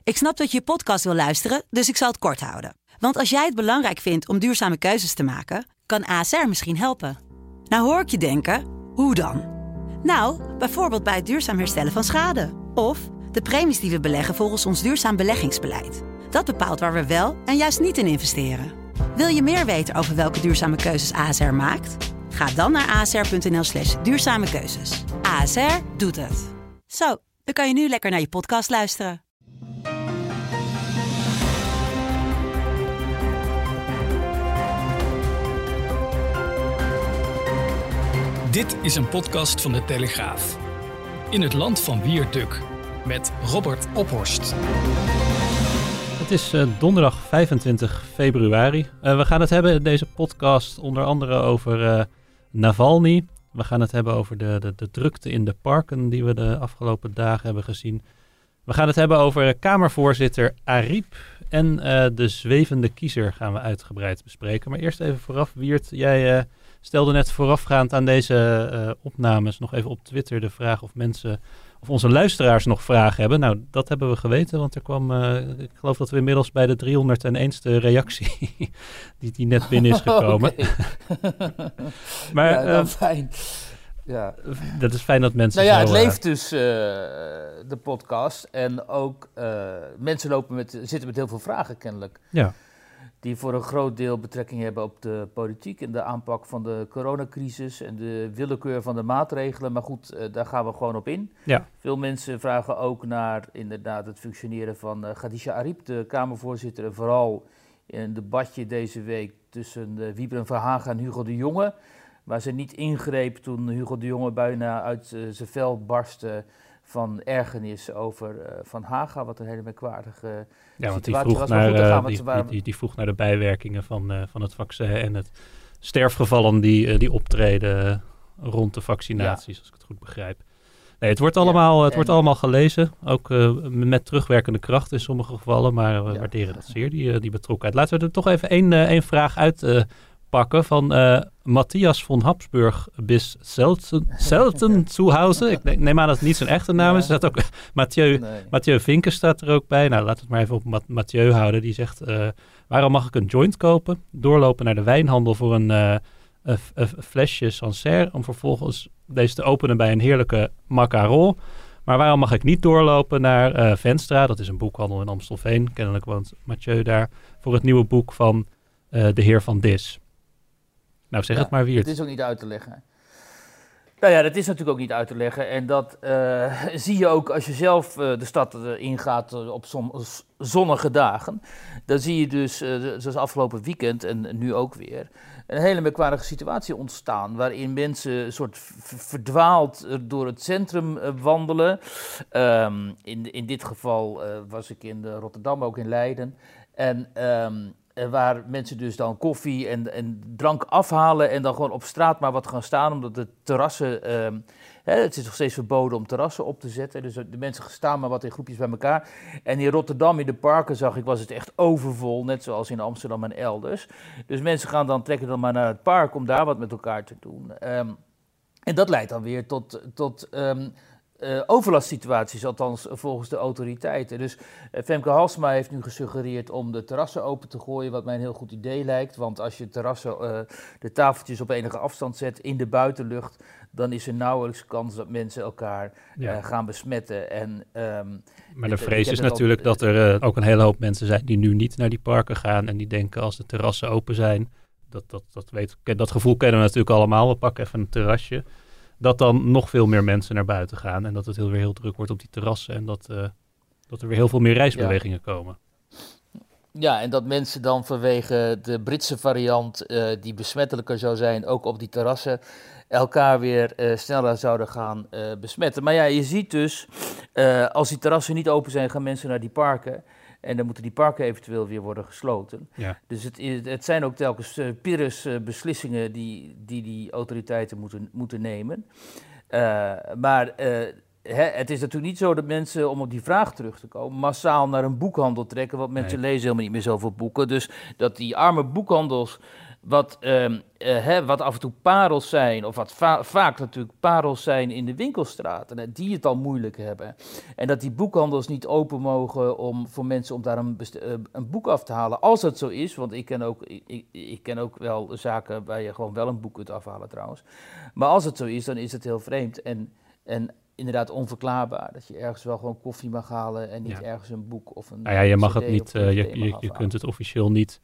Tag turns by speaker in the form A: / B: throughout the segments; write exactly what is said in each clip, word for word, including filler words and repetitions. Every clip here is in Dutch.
A: Ik snap dat je je podcast wil luisteren, dus ik zal het kort houden. Want als jij het belangrijk vindt om duurzame keuzes te maken, kan A S R misschien helpen. Nou hoor ik je denken, hoe dan? Nou, bijvoorbeeld bij het duurzaam herstellen van schade. Of de premies die we beleggen volgens ons duurzaam beleggingsbeleid. Dat bepaalt waar we wel en juist niet in investeren. Wil je meer weten over welke duurzame keuzes A S R maakt? Ga dan naar asr.nl slash duurzame keuzes. A S R doet het. Zo, dan kan je nu lekker naar je podcast luisteren.
B: Dit is een podcast van de Telegraaf. In het land van Wierduk met Robert Ophorst.
C: Het is uh, donderdag vijfentwintig februari. Uh, we gaan het hebben in deze podcast onder andere over uh, Navalny. We gaan het hebben over de, de, de drukte in de parken die we de afgelopen dagen hebben gezien. We gaan het hebben over Kamervoorzitter Ariep. En uh, de zwevende kiezer gaan we uitgebreid bespreken. Maar eerst even vooraf, Wiert, jij uh, stelde net voorafgaand aan deze uh, opnames nog even op Twitter de vraag of mensen, of onze luisteraars nog vragen hebben. Nou, dat hebben we geweten, want er kwam, uh, ik geloof dat we inmiddels bij de driehonderdéénste reactie die, die net binnen is gekomen. maar
D: ja, dan
C: uh,
D: fijn. Ja.
C: Dat is fijn dat mensen
D: Nou ja,
C: zo,
D: het
C: uh,
D: leeft dus, uh, de podcast. En ook uh, mensen lopen met, zitten met heel veel vragen kennelijk.
C: Ja.
D: Die voor een groot deel betrekking hebben op de politiek en de aanpak van de coronacrisis en de willekeur van de maatregelen. Maar goed, uh, daar gaan we gewoon op in.
C: Ja.
D: Veel mensen vragen ook naar inderdaad het functioneren van uh, Khadija Ariep, de Kamervoorzitter. En vooral in een debatje deze week tussen uh, Wiebren Verhagen en Hugo de Jonge. Waar ze niet ingreep toen Hugo de Jonge bijna uit uh, zijn vel barstte van ergernis over uh, Van Haga, wat een hele merkwaardige
C: ja, want die
D: situatie
C: vroeg
D: was.
C: naar,
D: goed, gaan we
C: die,
D: het, waar...
C: die, die, die vroeg naar de bijwerkingen van, uh, van het vaccin en het sterfgevallen die, uh, die optreden rond de vaccinaties, ja. Als ik het goed begrijp. Nee, het wordt allemaal, ja, het en... wordt allemaal gelezen, ook uh, met terugwerkende kracht in sommige gevallen, maar we ja. waarderen dat zeer, die, uh, die betrokkenheid. Laten we er toch even één, uh, één vraag uit uh, pakken van uh, Matthias von Habsburg bis Selten, Selten zu Hause. Ik neem aan dat het niet zijn echte naam is. Er staat ook Mathieu, nee. Mathieu Vinken staat er ook bij. Nou, laten we het maar even op Mat- Mathieu houden. Die zegt, uh, waarom mag ik een joint kopen? Doorlopen naar de wijnhandel voor een, uh, een, een flesje Sancerre, om vervolgens deze te openen bij een heerlijke macaron. Maar waarom mag ik niet doorlopen naar uh, Venstra? Dat is een boekhandel in Amstelveen. Kennelijk woont Mathieu daar voor het nieuwe boek van uh, de heer Van Dis. Nou, zeg ja, het maar, Wiert.
D: Het is ook niet uit te leggen. Nou ja, dat is natuurlijk ook niet uit te leggen. En dat uh, zie je ook als je zelf uh, de stad uh, ingaat uh, op zon, zonnige dagen. Dan zie je dus, uh, zoals afgelopen weekend en nu ook weer, een hele merkwaardige situatie ontstaan. Waarin mensen een soort v- verdwaald uh, door het centrum uh, wandelen. Um, in, in dit geval uh, was ik in uh, Rotterdam, ook in Leiden. En Um, waar mensen dus dan koffie en, en drank afhalen en dan gewoon op straat maar wat gaan staan, omdat de terrassen, uh, hè, het is nog steeds verboden om terrassen op te zetten, dus de mensen staan maar wat in groepjes bij elkaar. En in Rotterdam in de parken zag ik, was het echt overvol, net zoals in Amsterdam en elders. Dus mensen gaan dan, trekken dan maar naar het park om daar wat met elkaar te doen. Um, en dat leidt dan weer tot... tot um, Uh, overlastsituaties, althans volgens de autoriteiten. Dus uh, Femke Halsema heeft nu gesuggereerd om de terrassen open te gooien, wat mij een heel goed idee lijkt. Want als je terrassen, uh, de tafeltjes op enige afstand zet in de buitenlucht, dan is er nauwelijks kans dat mensen elkaar ja. uh, gaan besmetten. En, um,
C: maar de vrees is natuurlijk ook, dat er uh, ook een hele hoop mensen zijn die nu niet naar die parken gaan en die denken als de terrassen open zijn, dat, dat, dat, weet, dat gevoel kennen we natuurlijk allemaal, we pakken even een terrasje. Dat dan nog veel meer mensen naar buiten gaan en dat het heel weer heel druk wordt op die terrassen en dat, uh, dat er weer heel veel meer reisbewegingen ja. komen.
D: Ja, en dat mensen dan vanwege de Britse variant uh, die besmettelijker zou zijn, ook op die terrassen, elkaar weer uh, sneller zouden gaan uh, besmetten. Maar ja, je ziet dus, uh, als die terrassen niet open zijn, gaan mensen naar die parken. En dan moeten die parken eventueel weer worden gesloten. Ja. Dus het, het zijn ook telkens uh, pires uh, beslissingen die, die die autoriteiten moeten, moeten nemen. Uh, maar uh, hè, het is natuurlijk niet zo dat mensen, om op die vraag terug te komen, massaal naar een boekhandel trekken, want mensen nee. lezen helemaal niet meer zoveel boeken. Dus dat die arme boekhandels, wat, uh, uh, hè, wat af en toe parels zijn, of wat va- vaak natuurlijk parels zijn in de winkelstraten, hè, die het al moeilijk hebben. En dat die boekhandels niet open mogen om voor mensen om daar een, best- uh, een boek af te halen. Als dat zo is, want ik ken, ook, ik, ik ken ook wel zaken waar je gewoon wel een boek kunt afhalen trouwens. Maar als het zo is, dan is het heel vreemd en, en inderdaad onverklaarbaar. Dat je ergens wel gewoon koffie mag halen en niet ja. ergens een boek of een
C: Nou ja, je mag het niet, uh, je, je, je kunt het officieel niet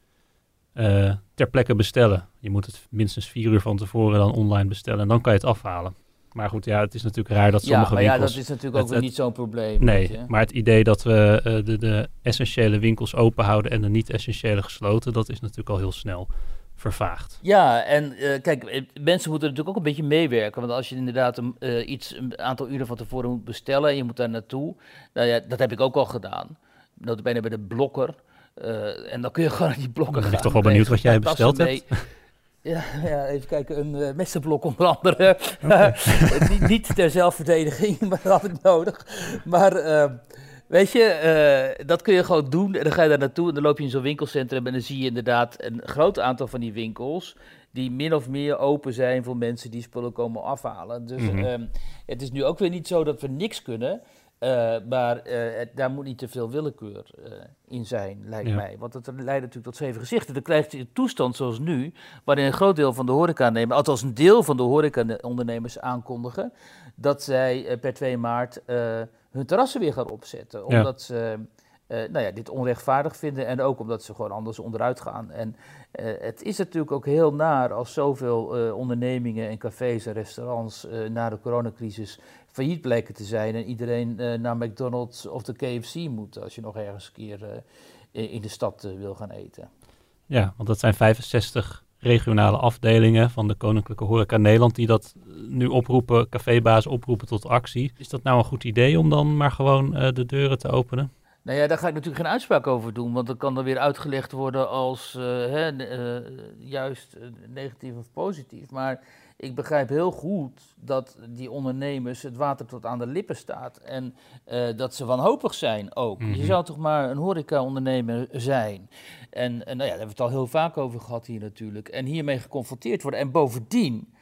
C: uh, ter plekke bestellen. Je moet het minstens vier uur van tevoren dan online bestellen en dan kan je het afhalen. Maar goed, ja, het is natuurlijk raar dat sommige
D: ja, maar
C: winkels...
D: Ja, dat is natuurlijk ook het, niet zo'n probleem.
C: Nee, je. Maar het idee dat we uh, de, de essentiële winkels open houden en de niet-essentiële gesloten, dat is natuurlijk al heel snel vervaagd.
D: Ja, en uh, kijk, mensen moeten natuurlijk ook een beetje meewerken. Want als je inderdaad een, uh, iets een aantal uren van tevoren moet bestellen en je moet daar naartoe. Nou ja, dat heb ik ook al gedaan. Notabene bij de Blokker. Uh, en dan kun je gewoon naar die Blokker gaan.
C: Ik ben toch wel benieuwd wat jij besteld hebt.
D: Ja, ja, even kijken, een uh, messenblok onder andere. Okay. uh, niet, niet ter zelfverdediging, maar dat had ik nodig. Maar uh, weet je, uh, dat kun je gewoon doen en dan ga je daar naartoe en dan loop je in zo'n winkelcentrum en dan zie je inderdaad een groot aantal van die winkels die min of meer open zijn voor mensen die spullen komen afhalen. Dus mm-hmm. um, het is nu ook weer niet zo dat we niks kunnen. Uh, maar uh, het, daar moet niet te veel willekeur uh, in zijn, lijkt ja. mij. Want het leidt natuurlijk tot zeven gezichten. Dan krijg je een toestand zoals nu, waarin een groot deel van de horecaondernemers, althans een deel van de horecaondernemers aankondigen, dat zij uh, per twee maart uh, hun terrassen weer gaan opzetten. Omdat ja. ze uh, nou ja, dit onrechtvaardig vinden en ook omdat ze gewoon anders onderuit gaan. En uh, het is natuurlijk ook heel naar als zoveel uh, ondernemingen en cafés en restaurants uh, na de coronacrisis failliet blijken te zijn en iedereen uh, naar McDonald's of de K F C moet als je nog ergens een keer uh, in de stad uh, wil gaan eten.
C: Ja, want dat zijn vijfenzestig regionale afdelingen van de Koninklijke Horeca Nederland die dat nu oproepen, cafébazen oproepen tot actie. Is dat nou een goed idee om dan maar gewoon uh, de deuren te openen?
D: Nou ja, daar ga ik natuurlijk geen uitspraak over doen, want dat kan dan weer uitgelegd worden als uh, hè, uh, juist uh, negatief of positief. Maar ik begrijp heel goed dat die ondernemers het water tot aan de lippen staat en uh, dat ze wanhopig zijn ook. Mm-hmm. Je zou toch maar een horeca-ondernemer zijn. En, en nou ja, daar hebben we het al heel vaak over gehad hier natuurlijk. En hiermee geconfronteerd worden. En bovendien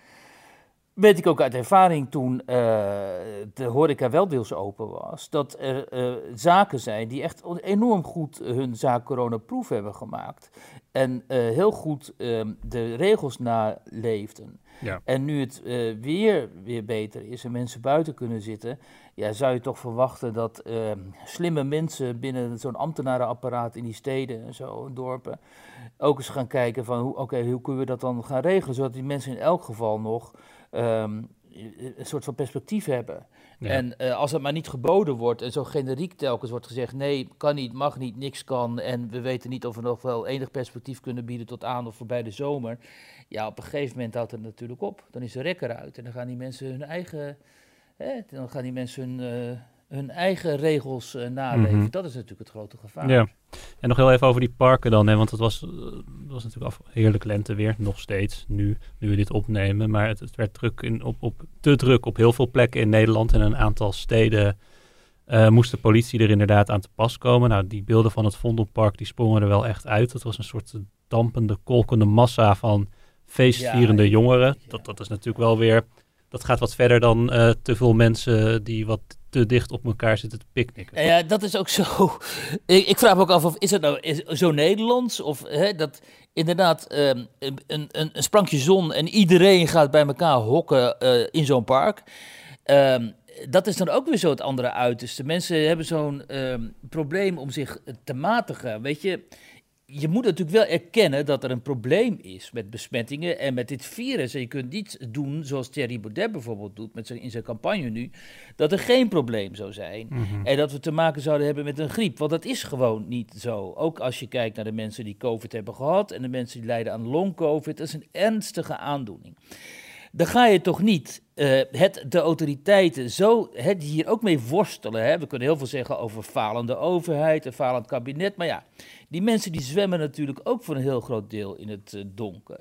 D: weet ik ook uit ervaring toen uh, de horeca wel deels open was, dat er uh, zaken zijn die echt enorm goed hun zaak coronaproof hebben gemaakt. En uh, heel goed uh, de regels naleefden. Ja. En nu het uh, weer, weer beter is en mensen buiten kunnen zitten, ja, zou je toch verwachten dat uh, slimme mensen binnen zo'n ambtenarenapparaat in die steden en zo, dorpen, ook eens gaan kijken van, oké, okay, hoe kunnen we dat dan gaan regelen, zodat die mensen in elk geval nog um, een soort van perspectief hebben. Ja. En uh, als het maar niet geboden wordt en zo generiek telkens wordt gezegd, nee, kan niet, mag niet, niks kan en we weten niet of we nog wel enig perspectief kunnen bieden tot aan of voorbij de zomer. Ja, op een gegeven moment houdt het natuurlijk op. Dan is de rekker uit en dan gaan die mensen hun eigen, hè, dan gaan die mensen hun, uh, hun eigen regels uh, naleven. Mm-hmm. Dat is natuurlijk het grote gevaar.
C: Ja. En nog heel even over die parken dan, hè, want het was, uh, was natuurlijk af, heerlijk lenteweer, nog steeds, nu, nu we dit opnemen. Maar het, het werd druk in, op, op, te druk op heel veel plekken in Nederland en een aantal steden uh, moest de politie er inderdaad aan te pas komen. Nou, die beelden van het Vondelpark, die sprongen er wel echt uit. Het was een soort dampende, kolkende massa van feestvierende ja, jongeren. Ja. Dat, dat is natuurlijk wel weer, dat gaat wat verder dan uh, te veel mensen die wat te dicht op elkaar zitten te picknicken.
D: Ja, dat is ook zo. Ik, ik vraag me ook af, of is het nou is zo Nederlands? Of hè, dat inderdaad um, een, een, een sprankje zon en iedereen gaat bij elkaar hokken uh, in zo'n park. Um, dat is dan ook weer zo het andere uiterste. Mensen hebben zo'n um, probleem om zich te matigen. Weet je, je moet natuurlijk wel erkennen dat er een probleem is met besmettingen en met dit virus. En je kunt niet doen zoals Thierry Baudet bijvoorbeeld doet met zijn, in zijn campagne nu, dat er geen probleem zou zijn. Mm-hmm. En dat we te maken zouden hebben met een griep. Want dat is gewoon niet zo. Ook als je kijkt naar de mensen die COVID hebben gehad en de mensen die lijden aan long-COVID. Dat is een ernstige aandoening. Dan ga je toch niet uh, het de autoriteiten zo, hè, die hier ook mee worstelen. Hè. We kunnen heel veel zeggen over falende overheid, een falend kabinet. Maar ja, die mensen die zwemmen natuurlijk ook voor een heel groot deel in het uh, donker.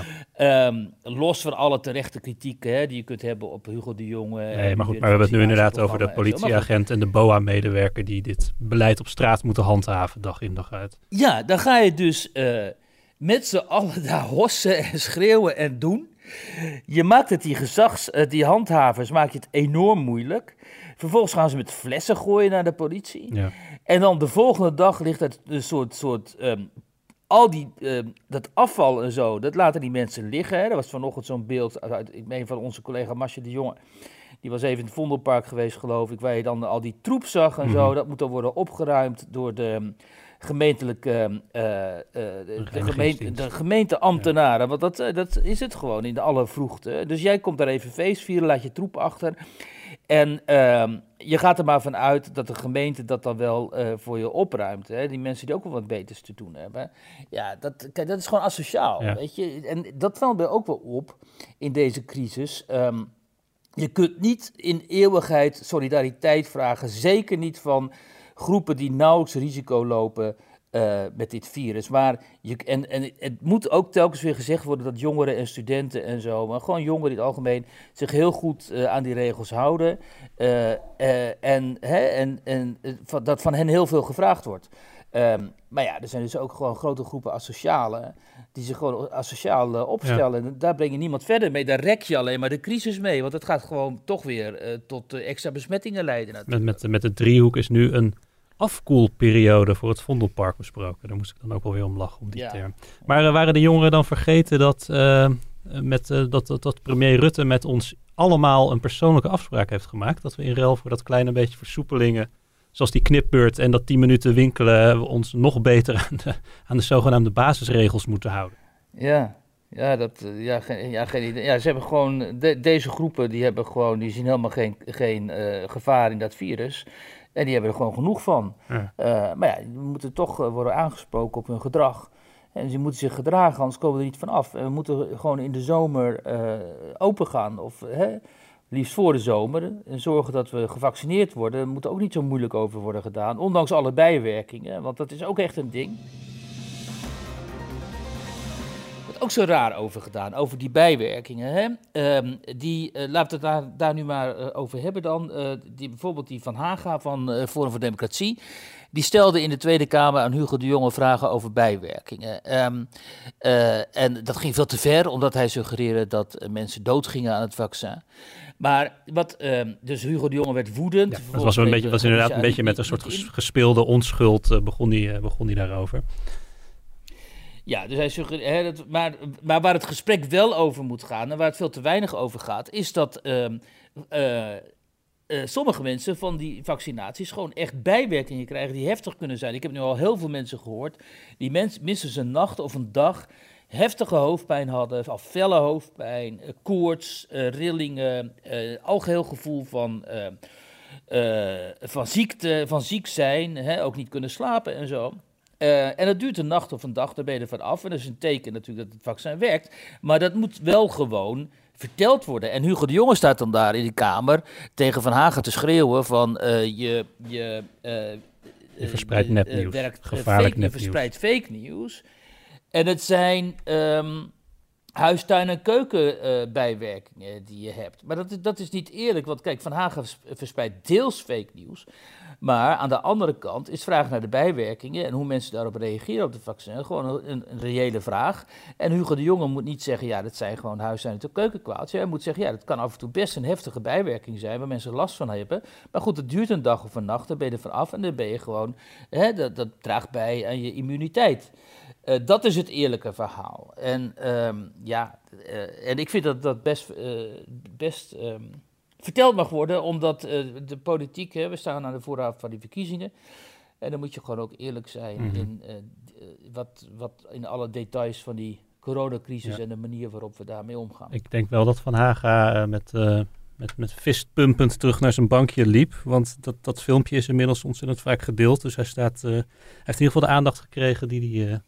D: Ja. Um, los van alle terechte kritieken hè, die je kunt hebben op Hugo de Jonge.
C: Nee, maar goed, maar we hebben het nu inderdaad over de politieagent en de B O A-medewerker die dit beleid op straat moeten handhaven, dag in dag uit.
D: Ja, dan ga je dus uh, met z'n allen daar hossen en schreeuwen en doen. Je maakt het die gezags, uh, die handhavers, maak je het enorm moeilijk. Vervolgens gaan ze met flessen gooien naar de politie. Ja. En dan de volgende dag ligt het een soort, soort um, al die, um, dat afval en zo, dat laten die mensen liggen. Hè. Er was vanochtend zo'n beeld uit, ik meen van onze collega Masje de Jonge. Die was even in het Vondelpark geweest, geloof ik, waar je dan al die troep zag en zo. Dat moet dan worden opgeruimd door de gemeentelijke, uh, uh, de, de, gemeente, de gemeenteambtenaren. Ja. Want dat, uh, dat is het gewoon in de alle vroegte. Dus jij komt daar even feest vieren, laat je troep achter. En uh, je gaat er maar van uit dat de gemeente dat dan wel uh, voor je opruimt. Hè? Die mensen die ook wel wat beters te doen hebben. Ja, dat, kijk, dat is gewoon asociaal, ja. Weet je. En dat valt mij ook wel op in deze crisis. Um, je kunt niet in eeuwigheid solidariteit vragen, zeker niet van groepen die nauwelijks risico lopen uh, met dit virus. Maar je, en, en het moet ook telkens weer gezegd worden dat jongeren en studenten en zo, maar gewoon jongeren in het algemeen, zich heel goed uh, aan die regels houden. Uh, uh, en, hè, en, en uh, dat van hen heel veel gevraagd wordt. Um, maar ja, er zijn dus ook gewoon grote groepen asocialen die zich gewoon asociaal uh, opstellen. Ja. En daar breng je niemand verder mee. Daar rek je alleen maar de crisis mee. Want het gaat gewoon toch weer uh, tot uh, extra besmettingen leiden.
C: Met, met, met de driehoek is nu een afkoelperiode voor het Vondelpark besproken. Daar moest ik dan ook wel weer om lachen, om die ja. term. Maar uh, waren de jongeren dan vergeten dat, uh, met, uh, dat, dat, dat premier Rutte met ons allemaal een persoonlijke afspraak heeft gemaakt? Dat we in ruil voor dat kleine beetje versoepelingen, zoals die knipbeurt en dat tien minuten winkelen, we ons nog beter aan de, aan de zogenaamde basisregels moeten houden.
D: Ja, ja, dat, ja, geen, ja, geen idee. Ja, ze hebben gewoon, de, deze groepen die hebben gewoon, die zien helemaal geen, geen uh, gevaar in dat virus. En die hebben er gewoon genoeg van. Ja. Uh, maar ja, die moeten toch uh, worden aangesproken op hun gedrag. En ze moeten zich gedragen, anders komen we er niet van af. En we moeten gewoon in de zomer uh, open gaan. Of hè, liefst voor de zomer. En zorgen dat we gevaccineerd worden. Er moet ook niet zo moeilijk over worden gedaan. Ondanks alle bijwerkingen. Want dat is ook echt een ding. Ook zo raar over gedaan, over die bijwerkingen. Hè? Um, die, uh, laten we het daar, daar nu maar uh, over hebben dan. Uh, die, bijvoorbeeld die Van Haga van uh, Forum voor Democratie. Die stelde in de Tweede Kamer aan Hugo de Jonge vragen over bijwerkingen. Um, uh, en dat ging veel te ver, omdat hij suggereerde dat uh, mensen doodgingen aan het vaccin. Maar wat, um, dus Hugo de Jonge werd woedend.
C: Ja, dat was, een beetje, was inderdaad een beetje met een soort gespeelde onschuld uh, begon hij uh, begon hij daarover.
D: Ja, dus hij suggereert, hè, dat, maar, maar waar het gesprek wel over moet gaan en waar het veel te weinig over gaat, is dat uh, uh, uh, sommige mensen van die vaccinaties gewoon echt bijwerkingen krijgen die heftig kunnen zijn. Ik heb nu al heel veel mensen gehoord die mens, minstens een nacht of een dag heftige hoofdpijn hadden, al felle hoofdpijn, uh, koorts, uh, rillingen, uh, algeheel gevoel van, uh, uh, van ziekte, van ziek zijn, hè, ook niet kunnen slapen en zo. Uh, en dat duurt een nacht of een dag, daar ben je er van af. En dat is een teken natuurlijk dat het vaccin werkt. Maar dat moet wel gewoon verteld worden. En Hugo de Jonge staat dan daar in de Kamer tegen Van Haga te schreeuwen van uh, je... je, uh,
C: je verspreidt nepnieuws. Uh, werkt, Gevaarlijk
D: fake,
C: nepnieuws.
D: Je verspreidt fake nieuws. En het zijn um, huistuin- en keukenbijwerkingen uh, die je hebt. Maar dat, dat is niet eerlijk, want kijk, Van Haga verspreidt deels fake nieuws. Maar aan de andere kant is vraag naar de bijwerkingen en hoe mensen daarop reageren op de vaccin gewoon een, een reële vraag. En Hugo de Jonge moet niet zeggen, ja, dat zijn gewoon huistuin- en keukenkwaadjes. Hij moet zeggen, ja, dat kan af en toe best een heftige bijwerking zijn waar mensen last van hebben. Maar goed, het duurt een dag of een nacht, dan ben je er van af en dan ben je gewoon, hè, dat, dat draagt bij aan je immuniteit. Uh, dat is het eerlijke verhaal. En um, ja, uh, en ik vind dat dat best, uh, best um, verteld mag worden, omdat uh, de politiek, hè, we staan aan de vooravond van die verkiezingen. En dan moet je gewoon ook eerlijk zijn mm-hmm. in, uh, wat, wat in alle details van die coronacrisis ja. en de manier waarop we daarmee omgaan.
C: Ik denk wel dat Van Haga uh, met, uh, met, met fistpumpend terug naar zijn bankje liep, want dat, dat filmpje is inmiddels ontzettend vaak gedeeld. Dus hij, staat, uh, hij heeft in ieder geval de aandacht gekregen die hij, uh,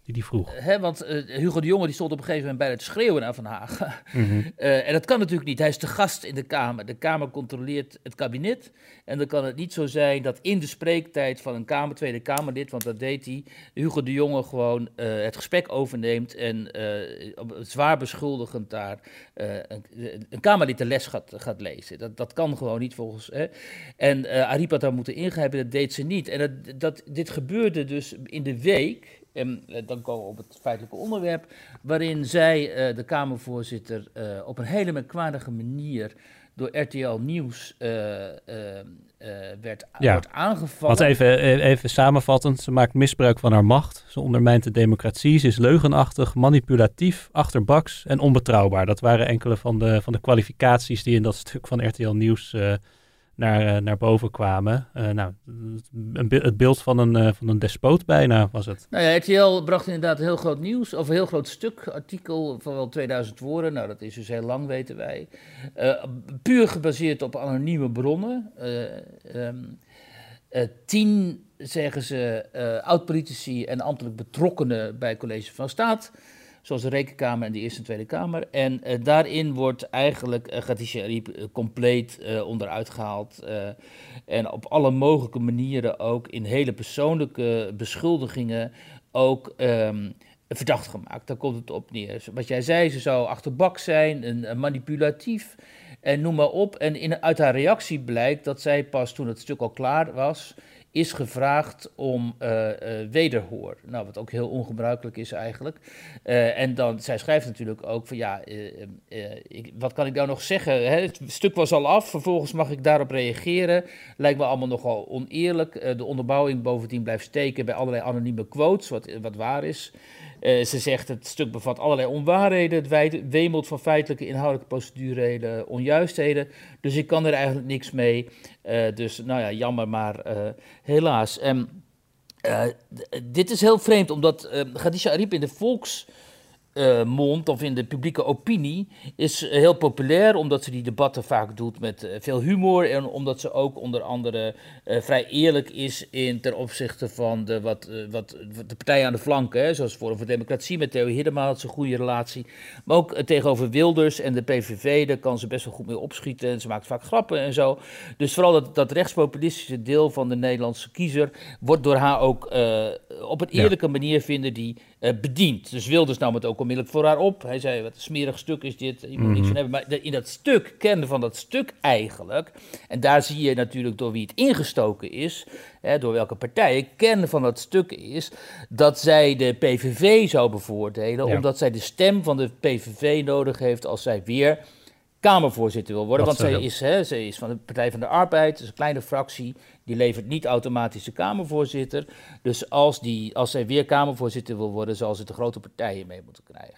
C: die die vroeg.
D: He, want uh, Hugo de Jonge die stond op een gegeven moment bijna te schreeuwen naar Van Hagen.
C: Mm-hmm.
D: Uh, en dat kan natuurlijk niet. Hij is de gast in de Kamer. De Kamer controleert het kabinet. En dan kan het niet zo zijn dat in de spreektijd van een Kamer, Tweede Kamerlid, want dat deed hij, Hugo de Jonge gewoon uh, het gesprek overneemt en uh, zwaar beschuldigend daar uh, een, een Kamerlid de les gaat, gaat lezen. Dat, dat kan gewoon niet volgens... Hè. En uh, Ariep had daar moeten ingrijpen, dat deed ze niet. En dat, dat, dit gebeurde dus in de week... En uh, dan komen we op het feitelijke onderwerp, waarin zij, uh, de Kamervoorzitter, uh, op een hele merkwaardige manier door R T L Nieuws uh, uh, uh, werd,
C: ja.
D: wordt aangevallen.
C: Want even, even samenvattend, ze maakt misbruik van haar macht, ze ondermijnt de democratie, ze is leugenachtig, manipulatief, achterbaks en onbetrouwbaar. Dat waren enkele van de, van de kwalificaties die in dat stuk van R T L Nieuws uh, Naar, uh, naar boven kwamen. Uh, nou, een, het beeld van een, uh, van een despoot bijna was het.
D: Nou ja, R T L bracht inderdaad heel groot nieuws, of een heel groot stuk, artikel van wel tweeduizend woorden. Nou, dat is dus heel lang, weten wij. Uh, puur gebaseerd op anonieme bronnen. Uh, um, uh, tien, zeggen ze, uh, oud-politici en ambtelijk betrokkenen bij het College van Staat, zoals de Rekenkamer en de Eerste en Tweede Kamer. En uh, daarin wordt eigenlijk uh, Khadija Ariep uh, compleet uh, onderuit gehaald. Uh, en op alle mogelijke manieren ook in hele persoonlijke beschuldigingen ook um, verdacht gemaakt. Daar komt het op neer. Wat jij zei, ze zou achterbak zijn, een, een manipulatief en noem maar op. En in, uit haar reactie blijkt dat zij pas toen het stuk al klaar was, is gevraagd om uh, uh, wederhoor. Nou, wat ook heel ongebruikelijk is eigenlijk. Uh, en dan, zij schrijft natuurlijk ook van ja, uh, uh, ik, wat kan ik nou nog zeggen? Hè? Het stuk was al af, vervolgens mag ik daarop reageren. Lijkt me allemaal nogal oneerlijk. Uh, de onderbouwing bovendien blijft steken bij allerlei anonieme quotes, wat, wat waar is. Uh, ze zegt het stuk bevat allerlei onwaarheden, het wemelt van feitelijke, inhoudelijke, procedurele onjuistheden. Dus ik kan er eigenlijk niks mee. Uh, dus nou ja, jammer, maar uh, helaas. Um, uh, d- dit is heel vreemd, omdat uh, Khadija Ariep in de volks... Uh, mond of in de publieke opinie is uh, heel populair, omdat ze die debatten vaak doet met uh, veel humor en omdat ze ook onder andere uh, vrij eerlijk is in ten opzichte van de, wat, uh, wat, wat de partijen aan de flanken, hè, zoals Forum voor Democratie met Theo Hiddema had ze een goede relatie, maar ook uh, tegenover Wilders en de P V V, daar kan ze best wel goed mee opschieten en ze maakt vaak grappen en zo. Dus vooral dat, dat rechtspopulistische deel van de Nederlandse kiezer wordt door haar ook uh, op een eerlijke ja. manier, vinden die, uh, bediend. Dus Wilders nam het ook onmiddellijk voor haar op. Hij zei, wat een smerig stuk is dit, je moet mm-hmm. niks van hebben. Maar in dat stuk, kende van dat stuk eigenlijk, en daar zie je natuurlijk door wie het ingestoken is, hè, door welke partijen, kern van dat stuk is, dat zij de P V V zou bevoordelen, ja. omdat zij de stem van de P V V nodig heeft als zij weer Kamervoorzitter wil worden. Dat want zij is, hè, zij is van de Partij van de Arbeid, dus een kleine fractie, die levert niet automatisch de Kamervoorzitter. Dus als, die, als zij weer Kamervoorzitter wil worden, zal ze de grote partijen mee moeten krijgen.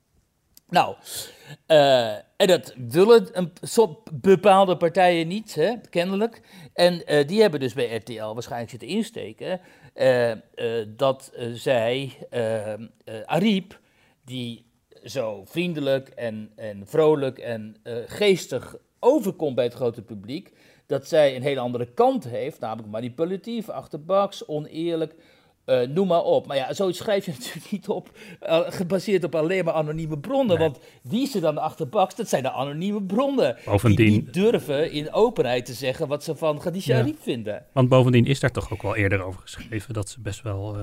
D: Nou, uh, en dat willen een, so, bepaalde partijen niet, hè, kennelijk. En uh, die hebben dus bij R T L waarschijnlijk zitten insteken uh, uh, dat uh, zij, uh, uh, Ariep, die zo vriendelijk en, en vrolijk en uh, geestig overkomt bij het grote publiek, dat zij een hele andere kant heeft, namelijk manipulatief, achterbaks, oneerlijk, uh, noem maar op. Maar ja, zoiets schrijf je natuurlijk niet op, uh, gebaseerd op alleen maar anonieme bronnen, nee. Want wie ze dan achterbaks, dat zijn de anonieme bronnen, bovendien, die niet durven in openheid te zeggen wat ze van Khadija Ariep ja. vinden.
C: Want bovendien is daar toch ook wel eerder over geschreven dat ze best wel... Uh...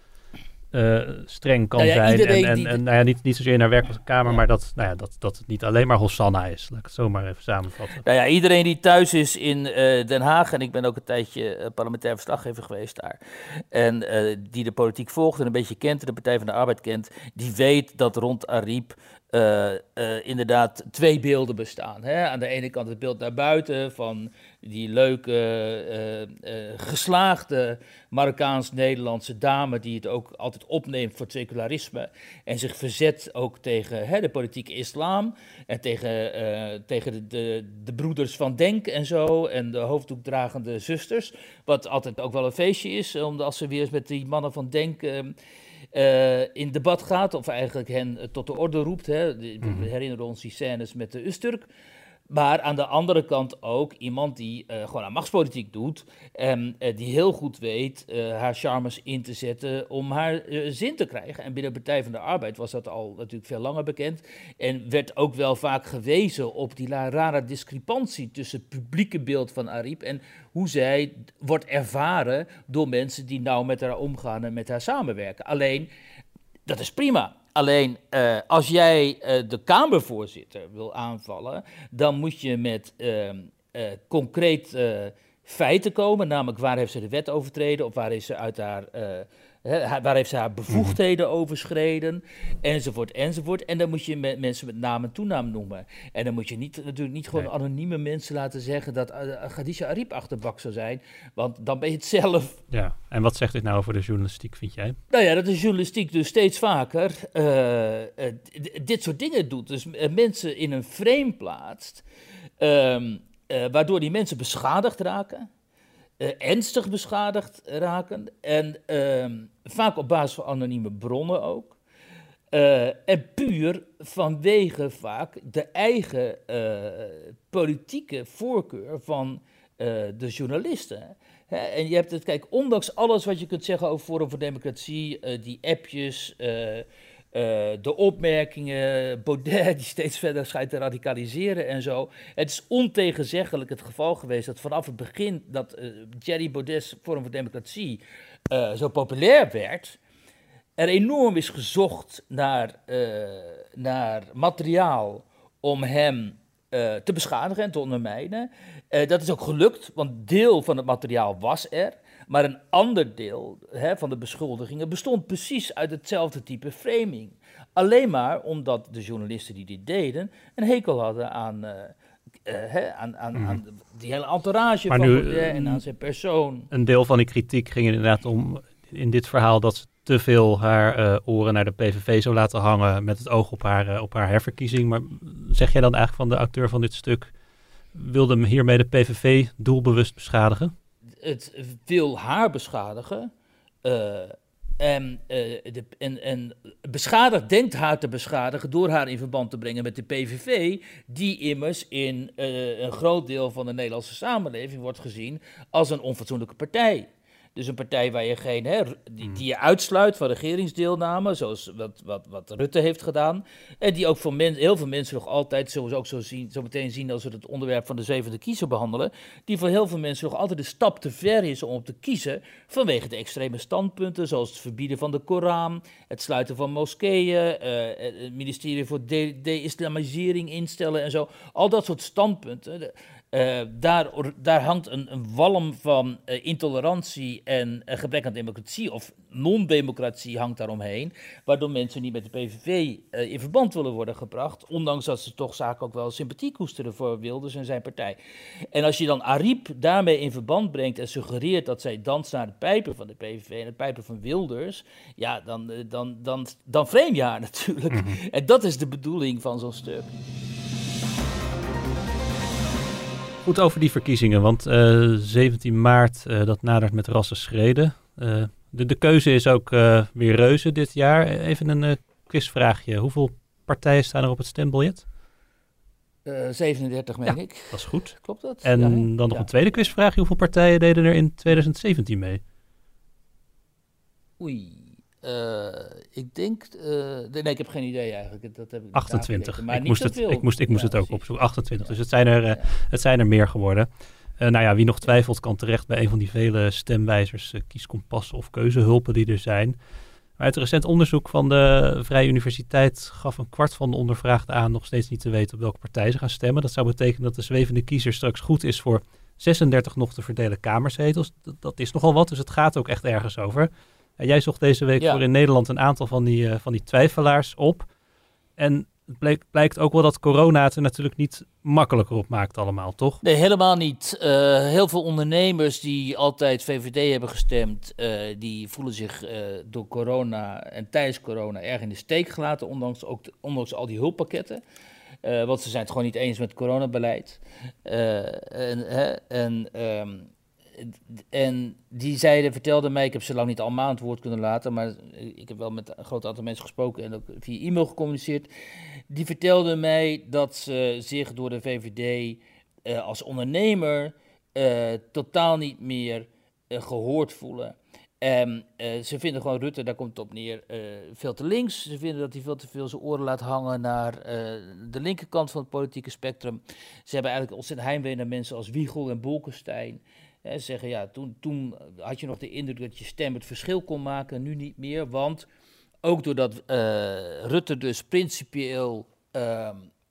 C: Uh, streng kan nou ja, zijn en, en, die... en nou ja, niet, niet zozeer naar werkelijke kamer, ja. maar dat, nou ja, dat, dat het niet alleen maar Hosanna is. Laat ik het zo maar even samenvatten.
D: Nou ja, iedereen die thuis is in uh, Den Haag, en ik ben ook een tijdje uh, parlementair verslaggever geweest daar, en uh, die de politiek volgt en een beetje kent en de Partij van de Arbeid kent, die weet dat rond Ariep Uh, uh, inderdaad twee beelden bestaan. Hè? Aan de ene kant het beeld naar buiten van die leuke, uh, uh, geslaagde Marokkaans-Nederlandse dame die het ook altijd opneemt voor het secularisme en zich verzet ook tegen hè, de politieke islam en tegen, uh, tegen de, de, de broeders van Denk en zo en de hoofddoekdragende zusters, wat altijd ook wel een feestje is, omdat als ze weer eens met die mannen van Denk Uh, Uh, in debat gaat, of eigenlijk hen uh, tot de orde roept. Hè. We mm-hmm. herinneren ons die scènes met de Usturk. Maar aan de andere kant ook iemand die uh, gewoon aan machtspolitiek doet. En uh, die heel goed weet uh, haar charmes in te zetten om haar uh, zin te krijgen. En binnen de Partij van de Arbeid was dat al natuurlijk veel langer bekend. En werd ook wel vaak gewezen op die rare discrepantie tussen het publieke beeld van Ariep en hoe zij wordt ervaren door mensen die nauw met haar omgaan en met haar samenwerken. Alleen, dat is prima. Alleen, uh, als jij uh, de Kamervoorzitter wil aanvallen, dan moet je met uh, uh, concreet uh, feiten komen. Namelijk, waar heeft ze de wet overtreden of waar heeft ze uit haar... Uh, He, waar heeft ze haar bevoegdheden overschreden, enzovoort, enzovoort. En dan moet je met mensen met naam en toenaam noemen. En dan moet je niet, natuurlijk niet gewoon nee. anonieme mensen laten zeggen dat uh, Khadija Ariep achterbak zou zijn, want dan ben je het zelf.
C: Ja, en wat zegt dit nou over de journalistiek, vind jij?
D: Nou ja, dat de journalistiek dus steeds vaker uh, uh, d- dit soort dingen doet. Dus uh, mensen in een frame plaatst, um, uh, waardoor die mensen beschadigd raken. Uh, ernstig beschadigd raken en uh, vaak op basis van anonieme bronnen ook. Uh, en puur vanwege vaak de eigen uh, politieke voorkeur van uh, de journalisten. Hè? En je hebt het, kijk, ondanks alles wat je kunt zeggen over Forum voor Democratie, uh, die appjes, uh, Uh, de opmerkingen, Baudet die steeds verder schijnt te radicaliseren en zo. Het is ontegenzeggelijk het geval geweest dat vanaf het begin dat uh, Thierry Baudet's Forum voor Democratie uh, zo populair werd, er enorm is gezocht naar, uh, naar materiaal om hem uh, te beschadigen en te ondermijnen. Uh, dat is ook gelukt, want deel van het materiaal was er. Maar een ander deel hè, van de beschuldigingen bestond precies uit hetzelfde type framing. Alleen maar omdat de journalisten die dit deden een hekel hadden aan, uh, uh, hè, aan, aan, mm. aan die hele entourage maar van nu, Baudet en aan zijn persoon.
C: Een deel van die kritiek ging inderdaad om in dit verhaal dat ze te veel haar uh, oren naar de P V V zou laten hangen met het oog op haar, uh, op haar herverkiezing. Maar zeg jij dan eigenlijk van de auteur van dit stuk, wilde hiermee de P V V doelbewust beschadigen?
D: Het wil haar beschadigen uh, en, uh, de, en, en beschadigd denkt haar te beschadigen door haar in verband te brengen met de P V V, die immers in uh, een groot deel van de Nederlandse samenleving wordt gezien als een onfatsoenlijke partij. Dus een partij waar je geen, hè, die, die je uitsluit van regeringsdeelname, zoals wat, wat, wat Rutte heeft gedaan. En die ook voor men, heel veel mensen nog altijd, zoals ook zo, zien, zo meteen zien als we het onderwerp van de zevende kiezer behandelen, die voor heel veel mensen nog altijd een stap te ver is om op te kiezen vanwege de extreme standpunten, zoals het verbieden van de Koran, het sluiten van moskeeën, uh, het ministerie voor de, de-islamisering instellen en zo. Al dat soort standpunten. De, Uh, daar, daar hangt een, een walm van uh, intolerantie en uh, gebrek aan democratie of non-democratie hangt daaromheen, waardoor mensen niet met de P V V uh, in verband willen worden gebracht, ondanks dat ze toch zaken ook wel sympathie koesteren voor Wilders en zijn partij. En als je dan Ariep daarmee in verband brengt en suggereert dat zij danst naar de pijpen van de P V V en het pijpen van Wilders, ja, dan, uh, dan, dan, dan frame je haar natuurlijk. Mm-hmm. En dat is de bedoeling van zo'n stuk.
C: Goed over die verkiezingen, want uh, zeventien maart, uh, dat nadert met rassen schreden. Uh, de, de keuze is ook uh, weer reuze dit jaar. Even een uh, quizvraagje. Hoeveel partijen staan er op het stembiljet?
D: Uh, zevenendertig, meen
C: ja,
D: ik.
C: Dat is goed.
D: Klopt dat?
C: En
D: ja,
C: dan nog
D: ja.
C: een tweede quizvraagje. Hoeveel partijen deden er in twintig zeventien mee?
D: Oei. Uh, ik denk... Uh, nee, ik heb geen idee eigenlijk. Dat heb ik
C: achtentwintig.
D: Maar
C: ik,
D: niet
C: moest het, ik moest, ik moest
D: ja,
C: het ook
D: precies.
C: opzoeken. achtentwintig.
D: Ja.
C: Dus het zijn, er, uh,
D: ja.
C: het zijn er meer geworden. Uh, nou ja, wie nog twijfelt kan terecht bij een van die vele stemwijzers, uh, kieskompassen of keuzehulpen die er zijn. Maar uit een recent onderzoek van de Vrije Universiteit gaf een kwart van de ondervraagden aan nog steeds niet te weten op welke partij ze gaan stemmen. Dat zou betekenen dat de zwevende kiezer straks goed is voor zesendertig nog te verdelen kamerzetels. Dat, dat is nogal wat, dus het gaat ook echt ergens over. En jij zocht deze week
D: ja.
C: voor in Nederland een aantal van die, uh, van die twijfelaars op. En het bleek, blijkt ook wel dat corona het er natuurlijk niet makkelijker op maakt allemaal, toch?
D: Nee, helemaal niet. Uh, heel veel ondernemers die altijd V V D hebben gestemd, uh, die voelen zich uh, door corona en tijdens corona erg in de steek gelaten, ondanks, ook de, ondanks al die hulppakketten. Uh, want ze zijn het gewoon niet eens met het coronabeleid. Uh, en... Uh, en um, en die zeiden, vertelde mij, ik heb ze lang niet allemaal aan het woord kunnen laten, maar ik heb wel met een groot aantal mensen gesproken en ook via e-mail gecommuniceerd. Die vertelden mij dat ze zich door de V V D uh, als ondernemer uh, totaal niet meer uh, gehoord voelen. Um, uh, ze vinden gewoon Rutte, daar komt het op neer, uh, veel te links. Ze vinden dat hij veel te veel zijn oren laat hangen naar uh, de linkerkant van het politieke spectrum. Ze hebben eigenlijk ontzettend heimwee naar mensen als Wiegel en Bolkestein. Uh, ze zeggen, ja, toen, toen had je nog de indruk dat je stem het verschil kon maken, nu niet meer. Want ook doordat uh, Rutte dus principieel uh, uh,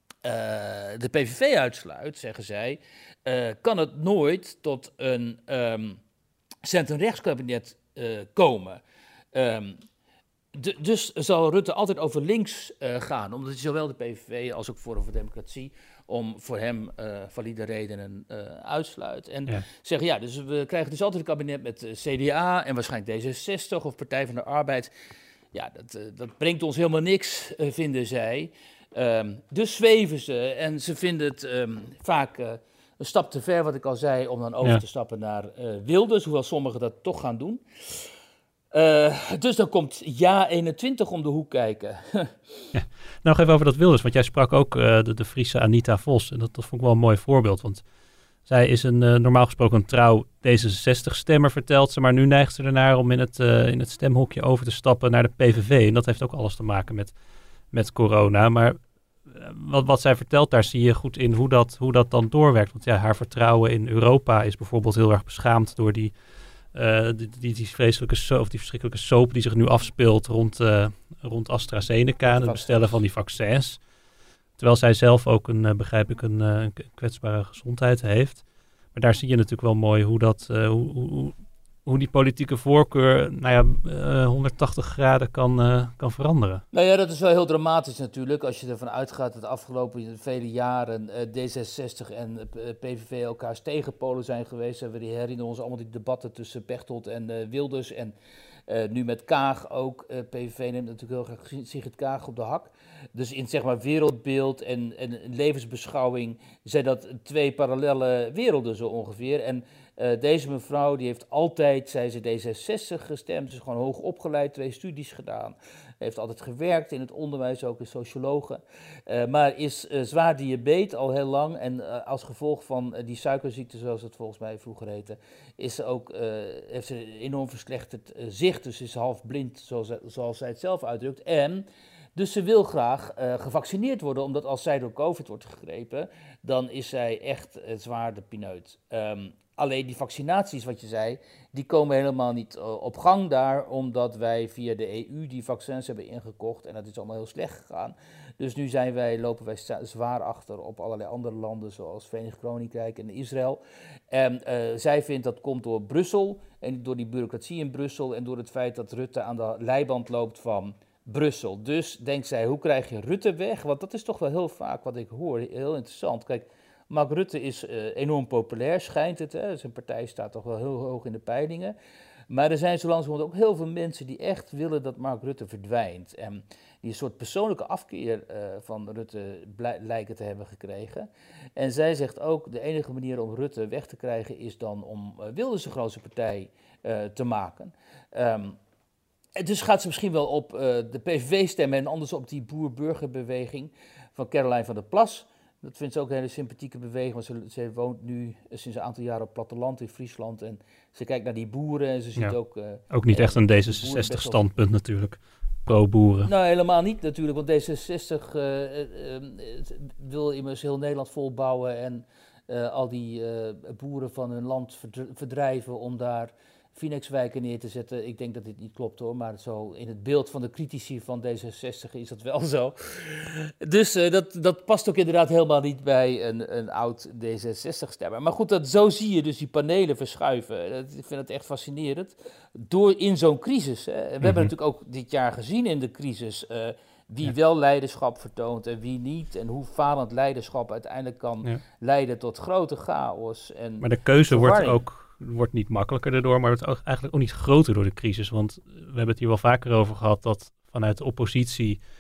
D: de P V V uitsluit, zeggen zij, uh, kan het nooit tot een um, centrum-rechtskabinet Uh, komen. Um, d- dus zal Rutte altijd over links uh, gaan, omdat hij zowel de P V V als ook Forum voor Democratie om voor hem uh, valide redenen uh, uitsluit. En ja. zeggen, ja, dus we krijgen dus altijd een kabinet met uh, C D A en waarschijnlijk D zesenzestig of Partij van de Arbeid. Ja, dat, uh, dat brengt ons helemaal niks, uh, vinden zij. Um, dus zweven ze en ze vinden het um, vaak Uh, een stap te ver, wat ik al zei, om dan over ja. te stappen naar uh, Wilders, hoewel sommigen dat toch gaan doen. Uh, dus dan komt Ja eenentwintig om de hoek kijken.
C: ja. Nou, even over dat Wilders, want jij sprak ook uh, de, de Friese Anita Vos. En dat, dat vond ik wel een mooi voorbeeld, want zij is een uh, normaal gesproken een trouw D zesenzestig-stemmer, vertelt ze, maar nu neigt ze ernaar om in het, uh, in het stemhokje over te stappen naar de P V V. En dat heeft ook alles te maken met, met corona, maar Wat, wat zij vertelt, daar zie je goed in hoe dat, hoe dat dan doorwerkt. Want ja, haar vertrouwen in Europa is bijvoorbeeld heel erg beschaamd door die, uh, die, die, die, vreselijke so- of die verschrikkelijke soap die zich nu afspeelt rond, uh, rond AstraZeneca en het bestellen van die vaccins. Terwijl zij zelf ook, een, uh, begrijp ik, een, uh, een kwetsbare gezondheid heeft. Maar daar zie je natuurlijk wel mooi hoe dat, uh, hoe, hoe, hoe die politieke voorkeur, nou ja, uh, honderdtachtig graden kan, uh, kan veranderen.
D: Nou ja, dat is wel heel dramatisch natuurlijk. Als je ervan uitgaat dat de afgelopen vele jaren uh, D zesenzestig en uh, P V V elkaars tegenpolen zijn geweest. We herinneren ons allemaal die debatten tussen Pechtold en uh, Wilders. En uh, nu met Kaag ook. Uh, P V V neemt natuurlijk heel graag Sigrid Kaag op de hak. Dus in zeg maar wereldbeeld en, en levensbeschouwing zijn dat twee parallele werelden zo ongeveer. En Uh, deze mevrouw die heeft altijd, zei ze, D zesenzestig gestemd, is gewoon hoog opgeleid, twee studies gedaan. Heeft altijd gewerkt in het onderwijs, ook als sociologe. Uh, maar is uh, zwaar diabetes al heel lang en uh, als gevolg van uh, die suikerziekte, zoals het volgens mij vroeger heette, is ze ook, uh, heeft ze enorm verslechterd uh, zicht, dus is half blind, zoals, zoals zij het zelf uitdrukt. En dus ze wil graag uh, gevaccineerd worden, omdat als zij door COVID wordt gegrepen, dan is zij echt uh, zwaar de pineut. Um, Alleen die vaccinaties, wat je zei, die komen helemaal niet uh, op gang daar, omdat wij via de E U die vaccins hebben ingekocht en dat is allemaal heel slecht gegaan. Dus nu zijn wij, lopen wij sta- zwaar achter op allerlei andere landen, zoals Verenigd Koninkrijk en Israël. En uh, zij vindt dat komt door Brussel en door die bureaucratie in Brussel en door het feit dat Rutte aan de leiband loopt van Brussel. Dus denkt zij, hoe krijg je Rutte weg? Want dat is toch wel heel vaak wat ik hoor, heel interessant. Kijk, Mark Rutte is uh, enorm populair, schijnt het. Hè? Zijn partij staat toch wel heel hoog in de peilingen. Maar er zijn zo langzamerhand ook heel veel mensen die echt willen dat Mark Rutte verdwijnt. En die een soort persoonlijke afkeer uh, van Rutte blij, lijken te hebben gekregen. En zij zegt ook, de enige manier om Rutte weg te krijgen is dan om uh, Wilders een grootste partij uh, te maken. Um, dus gaat ze misschien wel op uh, de P V V stemmen en anders op die boer-burgerbeweging van Caroline van der Plas. Dat vindt ze ook een hele sympathieke beweging, want ze, ze woont nu sinds een aantal jaren op het platteland in Friesland. En ze kijkt naar die boeren en ze ziet ja, ook... Uh,
C: ook niet uh, echt een D zesenzestig-standpunt natuurlijk, pro-boeren.
D: Nou, helemaal niet natuurlijk, want D zesenzestig uh, uh, uh, wil immers heel Nederland volbouwen en uh, al die uh, boeren van hun land verdrijven om daar Phoenixwijken neer te zetten. Ik denk dat dit niet klopt hoor, maar zo in het beeld van de critici van D zesenzestig is dat wel zo. Dus uh, dat, dat past ook inderdaad helemaal niet bij een, een oud D zesenzestig-stemmer. Maar goed, dat, zo zie je dus die panelen verschuiven. Dat, ik vind het echt fascinerend. Door in zo'n crisis. Hè. We mm-hmm. hebben natuurlijk ook dit jaar gezien in de crisis Uh, wie ja. wel leiderschap vertoont en wie niet. En hoe falend leiderschap uiteindelijk kan ja. leiden tot grote chaos. En
C: maar de keuze wordt ook wordt niet makkelijker daardoor, maar wordt ook eigenlijk ook niet groter door de crisis. Want we hebben het hier wel vaker over gehad dat vanuit de oppositie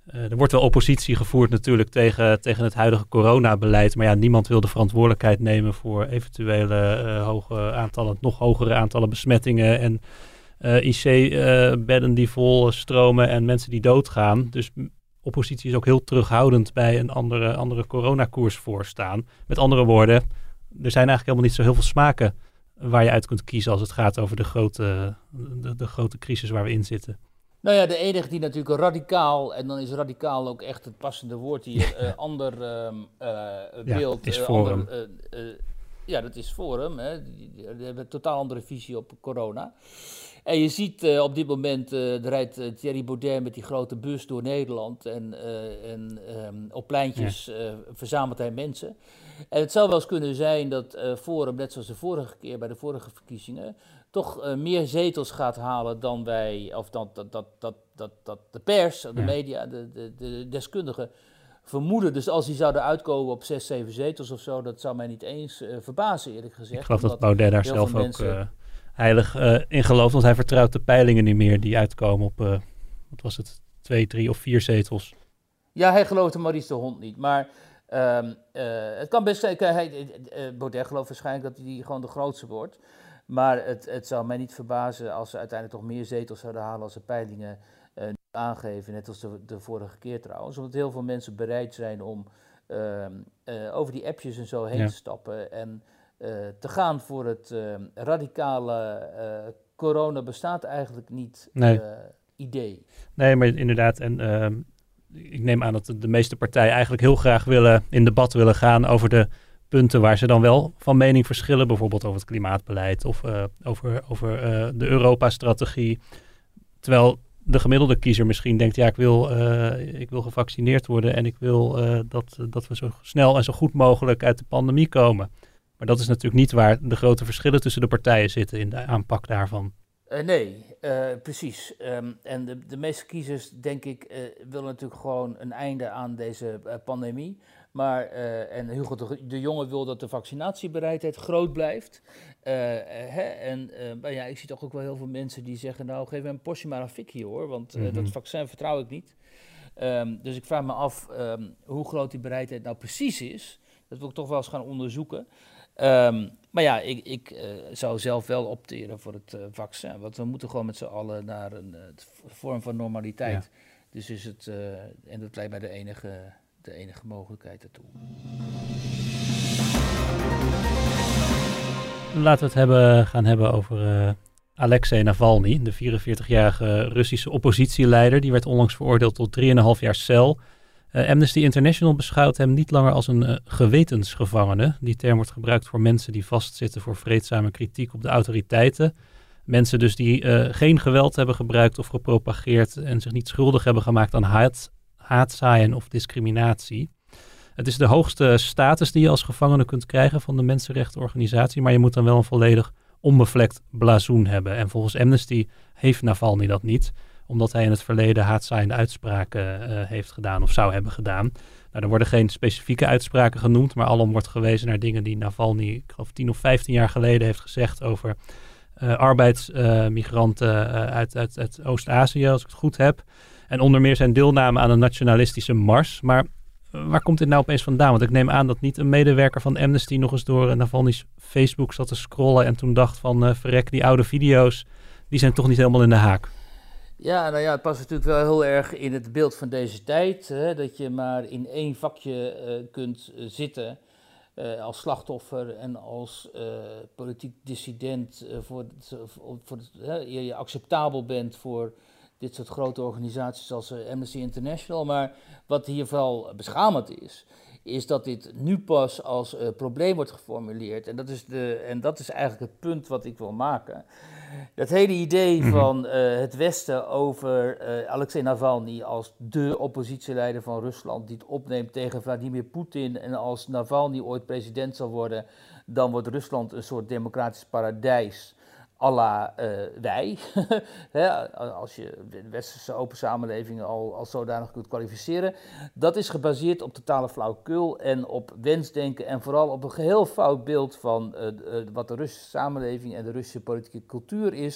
C: Uh, er wordt wel oppositie gevoerd natuurlijk tegen, tegen het huidige coronabeleid. Maar ja, niemand wil de verantwoordelijkheid nemen voor eventuele uh, hoge aantallen, nog hogere aantallen besmettingen. En uh, I C-bedden uh, die vol stromen en mensen die doodgaan. Dus oppositie is ook heel terughoudend bij een andere, andere coronakoers voorstaan. Met andere woorden, er zijn eigenlijk helemaal niet zo heel veel smaken waar je uit kunt kiezen als het gaat over de grote, de, de grote crisis waar we in zitten.
D: Nou ja, de enige die natuurlijk radicaal, en dan is radicaal ook echt het passende woord hier, uh, ander uh, uh, beeld.
C: Ja, is
D: uh,
C: Forum.
D: Ander, uh, uh, ja, dat is Forum. Hè. Die, die hebben een totaal andere visie op corona. En je ziet uh, op dit moment, uh, er rijdt uh, Thierry Baudet met die grote bus door Nederland en, uh, en um, op pleintjes uh, verzamelt hij mensen. En het zou wel eens kunnen zijn dat uh, Forum, net zoals de vorige keer bij de vorige verkiezingen, toch uh, meer zetels gaat halen dan wij, of dat, dat, dat, dat, dat, dat de pers, de ja. media, de, de, de deskundigen vermoeden. Dus als die zouden uitkomen op zes, zeven zetels of zo, dat zou mij niet eens uh, verbazen, eerlijk gezegd.
C: Ik geloof dat Baudet daar zelf ook mensen, uh, heilig uh, in gelooft, want hij vertrouwt de peilingen niet meer die uitkomen op, uh, wat was het, twee, drie of vier zetels.
D: Ja, hij geloofde Maurice de Hond niet, maar um, uh, het kan best zijn, hij, uh, Baudet gelooft waarschijnlijk dat hij gewoon de grootste wordt. Maar het, het zou mij niet verbazen als ze uiteindelijk toch meer zetels zouden halen als de peilingen uh, aangeven. Net als de, de vorige keer trouwens. Omdat heel veel mensen bereid zijn om uh, uh, over die appjes en zo heen ja. te stappen. En uh, te gaan voor het uh, radicale uh, corona bestaat eigenlijk niet
C: nee.
D: uh, idee.
C: Nee, maar inderdaad. En uh, ik neem aan dat de, de meeste partijen eigenlijk heel graag willen in debat willen gaan over de punten waar ze dan wel van mening verschillen, bijvoorbeeld over het klimaatbeleid of uh, over, over uh, de Europa-strategie. Terwijl de gemiddelde kiezer misschien denkt, ja, ik wil, uh, ik wil gevaccineerd worden en ik wil uh, dat, dat we zo snel en zo goed mogelijk uit de pandemie komen. Maar dat is natuurlijk niet waar de grote verschillen tussen de partijen zitten in de aanpak daarvan.
D: Uh, nee, uh, precies. Um, en de, de meeste kiezers, denk ik, uh, willen natuurlijk gewoon een einde aan deze uh, pandemie. Maar, uh, en Hugo de, de Jonge wil dat de vaccinatiebereidheid groot blijft. Uh, hè, en uh, maar ja, ik zie toch ook wel heel veel mensen die zeggen, nou geef me een portie maar een fikje hoor, want uh, mm-hmm. dat vaccin vertrouw ik niet. Um, dus ik vraag me af um, hoe groot die bereidheid nou precies is. Dat wil ik toch wel eens gaan onderzoeken. Um, maar ja, ik, ik uh, zou zelf wel opteren voor het uh, vaccin. Want we moeten gewoon met z'n allen naar een uh, vorm van normaliteit. Ja. Dus is het, uh, en dat lijkt mij de enige, de enige mogelijkheid daartoe.
C: Laten we het hebben, gaan hebben over uh, Alexei Navalny, de vierenveertigjarige Russische oppositieleider. Die werd onlangs veroordeeld tot drieënhalf jaar cel. Uh, Amnesty International beschouwt hem niet langer als een uh, gewetensgevangene. Die term wordt gebruikt voor mensen die vastzitten voor vreedzame kritiek op de autoriteiten. Mensen dus die uh, geen geweld hebben gebruikt of gepropageerd en zich niet schuldig hebben gemaakt aan haat, haatzaaien of discriminatie. Het is de hoogste status die je als gevangene kunt krijgen van de mensenrechtenorganisatie, maar je moet dan wel een volledig onbevlekt blazoen hebben. En volgens Amnesty heeft Navalny dat niet, omdat hij in het verleden haatzaaiende uitspraken uh, heeft gedaan of zou hebben gedaan. Nou, er worden geen specifieke uitspraken genoemd, maar alom wordt gewezen naar dingen die Navalny, ik geloof tien of vijftien jaar geleden heeft gezegd over uh, arbeidsmigranten uh, uh, uit, uit, uit Oost-Azië, als ik het goed heb. En onder meer zijn deelname aan een nationalistische mars. Maar uh, waar komt dit nou opeens vandaan? Want ik neem aan dat niet een medewerker van Amnesty nog eens door uh, Navalny's Facebook zat te scrollen en toen dacht van uh, verrek, die oude video's, die zijn toch niet helemaal in de haak.
D: Ja, nou ja, het past natuurlijk wel heel erg in het beeld van deze tijd. Hè, dat je maar in één vakje uh, kunt uh, zitten uh, als slachtoffer en als uh, politiek dissident. Uh, voor het, voor, voor het, uh, je, je acceptabel bent voor dit soort grote organisaties als uh, Amnesty International. Maar wat hier vooral beschamend is, is dat dit nu pas als uh, probleem wordt geformuleerd. En dat is, de, en dat is eigenlijk het punt wat ik wil maken. Dat hele idee mm-hmm. van uh, het Westen over uh, Alexei Navalny als de oppositieleider van Rusland die het opneemt tegen Vladimir Poetin en als Navalny ooit president zal worden, dan wordt Rusland een soort democratisch paradijs à la uh, wij. He, als je de westerse open samenlevingen al als zodanig kunt kwalificeren. Dat is gebaseerd op totale flauwekul en op wensdenken en vooral op een geheel fout beeld van uh, uh, wat de Russische samenleving en de Russische politieke cultuur is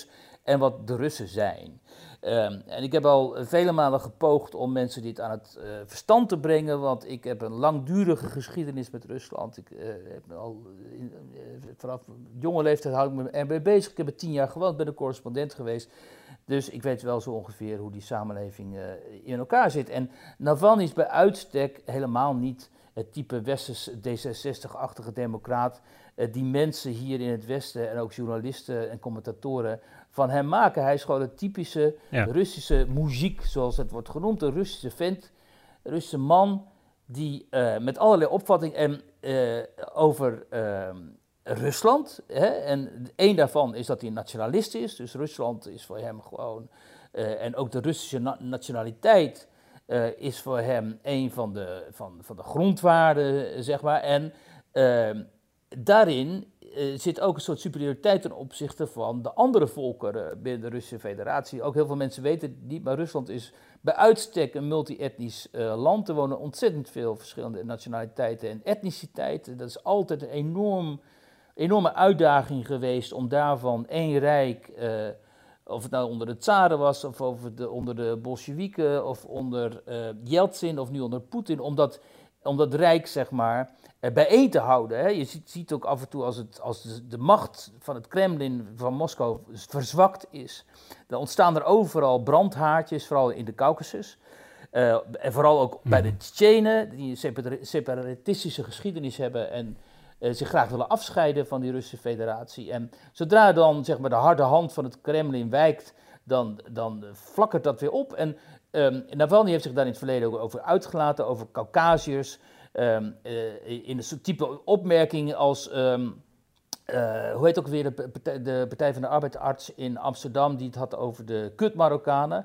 D: en wat de Russen zijn. Um, en ik heb al vele malen gepoogd om mensen dit aan het uh, verstand te brengen, want ik heb een langdurige geschiedenis met Rusland. Ik uh, heb al in, uh, vanaf jonge leeftijd hou ik me ermee bezig. Ik heb er tien jaar gewoond, ben een correspondent geweest. Dus ik weet wel zo ongeveer hoe die samenleving uh, in elkaar zit. En Navalny is bij uitstek helemaal niet het type westers D zesenzestig-achtige democraat uh, die mensen hier in het Westen en ook journalisten en commentatoren van hem maken. Hij is gewoon een typische ja. Russische muziek, zoals het wordt genoemd. Een Russische vent, een Russische man die uh, met allerlei opvattingen en, uh, over uh, Rusland. Hè? En één daarvan is dat hij nationalist is. Dus Rusland is voor hem gewoon... Uh, en ook de Russische na- nationaliteit uh, is voor hem een van de, van, van de grondwaarden, zeg maar. En uh, daarin... Uh, zit ook een soort superioriteit ten opzichte van de andere volkeren binnen de Russische Federatie. Ook heel veel mensen weten het niet, maar Rusland is bij uitstek een multi-etnisch uh, land. Er wonen ontzettend veel verschillende nationaliteiten en etniciteiten. Dat is altijd een enorm, enorme uitdaging geweest om daarvan één rijk, uh, of het nou onder de tsaren was, of over de, onder de Bolsjewieken, of onder uh, Yeltsin, of nu onder Poetin, om dat, om dat rijk, zeg maar, bijeen te houden. Hè. Je ziet, ziet ook af en toe als, het, als de, de macht van het Kremlin, van Moskou, verzwakt is, dan ontstaan er overal brandhaartjes, vooral in de Caucasus. Uh, en vooral ook bij de Tsjetsjenen, die een separatistische geschiedenis hebben en uh, zich graag willen afscheiden van die Russische Federatie. En zodra dan, zeg maar, de harde hand van het Kremlin wijkt, dan, dan flakkert dat weer op. En um, Navalny heeft zich daar in het verleden ook over uitgelaten, over Caucasiërs. Um, uh, in een soort type opmerking als, um, uh, hoe heet ook weer de partij, de Partij van de Arbeidsarts in Amsterdam, die het had over de kut Marokkanen.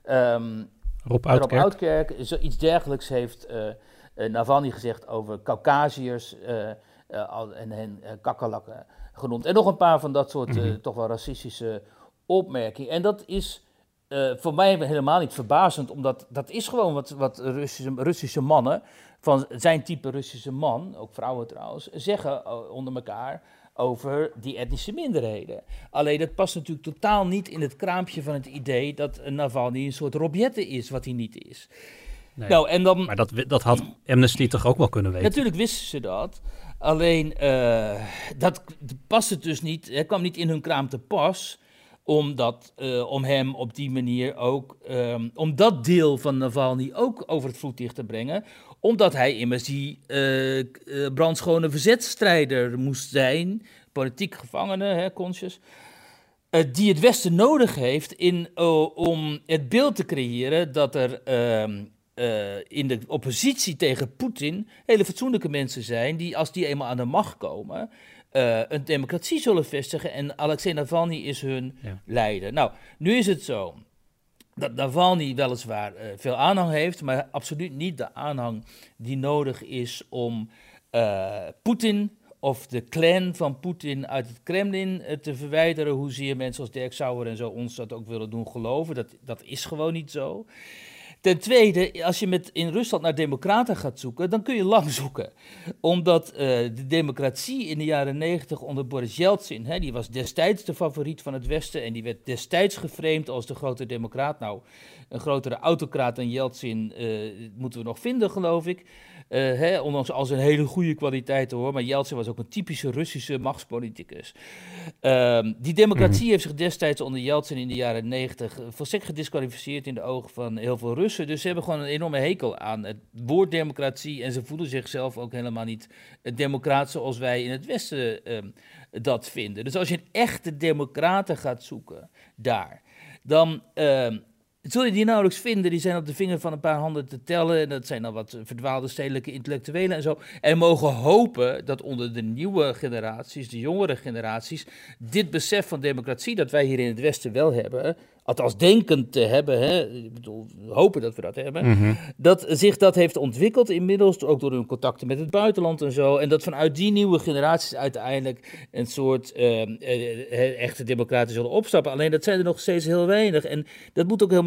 D: Um,
C: Rob Oudkerk.
D: Rob Oudkerk, zoiets dergelijks heeft uh, uh, Navalny gezegd over Caucasiërs uh, uh, en hen uh, kakkelakken genoemd. En nog een paar van dat soort mm-hmm. uh, toch wel racistische opmerkingen. En dat is... Uh, voor mij helemaal niet verbazend, omdat dat is gewoon wat, wat Russische, Russische mannen, van zijn type Russische man, ook vrouwen trouwens, zeggen uh, onder elkaar over die etnische minderheden. Alleen dat past natuurlijk totaal niet in het kraampje van het idee dat Navalny een soort Robjette is, wat hij niet is.
C: Nee,
D: nou, en dan,
C: maar dat, dat had Amnesty toch ook wel kunnen weten?
D: Natuurlijk wisten ze dat. Alleen, uh, dat past het dus niet, het kwam niet in hun kraam te pas, om, dat, uh, om hem op die manier ook, um, om dat deel van Navalny ook over het voetlicht te brengen, omdat hij immers die uh, uh, brandschone verzetstrijder moest zijn, politiek gevangene, hè, conscious, uh, die het Westen nodig heeft in, uh, om het beeld te creëren dat er uh, uh, in de oppositie tegen Poetin hele fatsoenlijke mensen zijn, die als die eenmaal aan de macht komen, Uh, een democratie zullen vestigen en Alexei Navalny is hun ja. leider. Nou, nu is het zo dat Navalny weliswaar uh, veel aanhang heeft, maar absoluut niet de aanhang die nodig is om uh, Poetin of de clan van Poetin uit het Kremlin uh, te verwijderen, hoezeer mensen als Dirk Sauer en zo ons dat ook willen doen geloven. Dat, dat is gewoon niet zo. Ten tweede, als je met in Rusland naar democraten gaat zoeken, dan kun je lang zoeken. Omdat uh, de democratie in de jaren negentig onder Boris Yeltsin, hè, die was destijds de favoriet van het Westen en die werd destijds geframed als de grote democraat. Nou, een grotere autocraat dan Yeltsin uh, moeten we nog vinden, geloof ik. Uh, hè, ondanks al zijn hele goede kwaliteiten hoor, maar Yeltsin was ook een typische Russische machtspoliticus. Uh, die democratie mm-hmm. heeft zich destijds onder Yeltsin in de jaren negentig volstrekt gedisqualificeerd in de ogen van heel veel Russen. Dus ze hebben gewoon een enorme hekel aan het woord democratie en ze voelen zichzelf ook helemaal niet democraat zoals wij in het Westen uh, dat vinden. Dus als je een echte democraten gaat zoeken daar, dan... Uh, Zul je die nauwelijks vinden, die zijn op de vinger van een paar handen te tellen. En dat zijn dan wat verdwaalde stedelijke intellectuelen en zo. En mogen hopen dat onder de nieuwe generaties, de jongere generaties, dit besef van democratie dat wij hier in het Westen wel hebben, althans denken te hebben, hè, ik bedoel, hopen dat we dat hebben, mm-hmm. dat zich dat heeft ontwikkeld inmiddels, ook door hun contacten met het buitenland en zo. En dat vanuit die nieuwe generaties uiteindelijk een soort uh, uh, echte democraten zullen opstappen. Alleen dat zijn er nog steeds heel weinig. En dat moet ook helemaal niet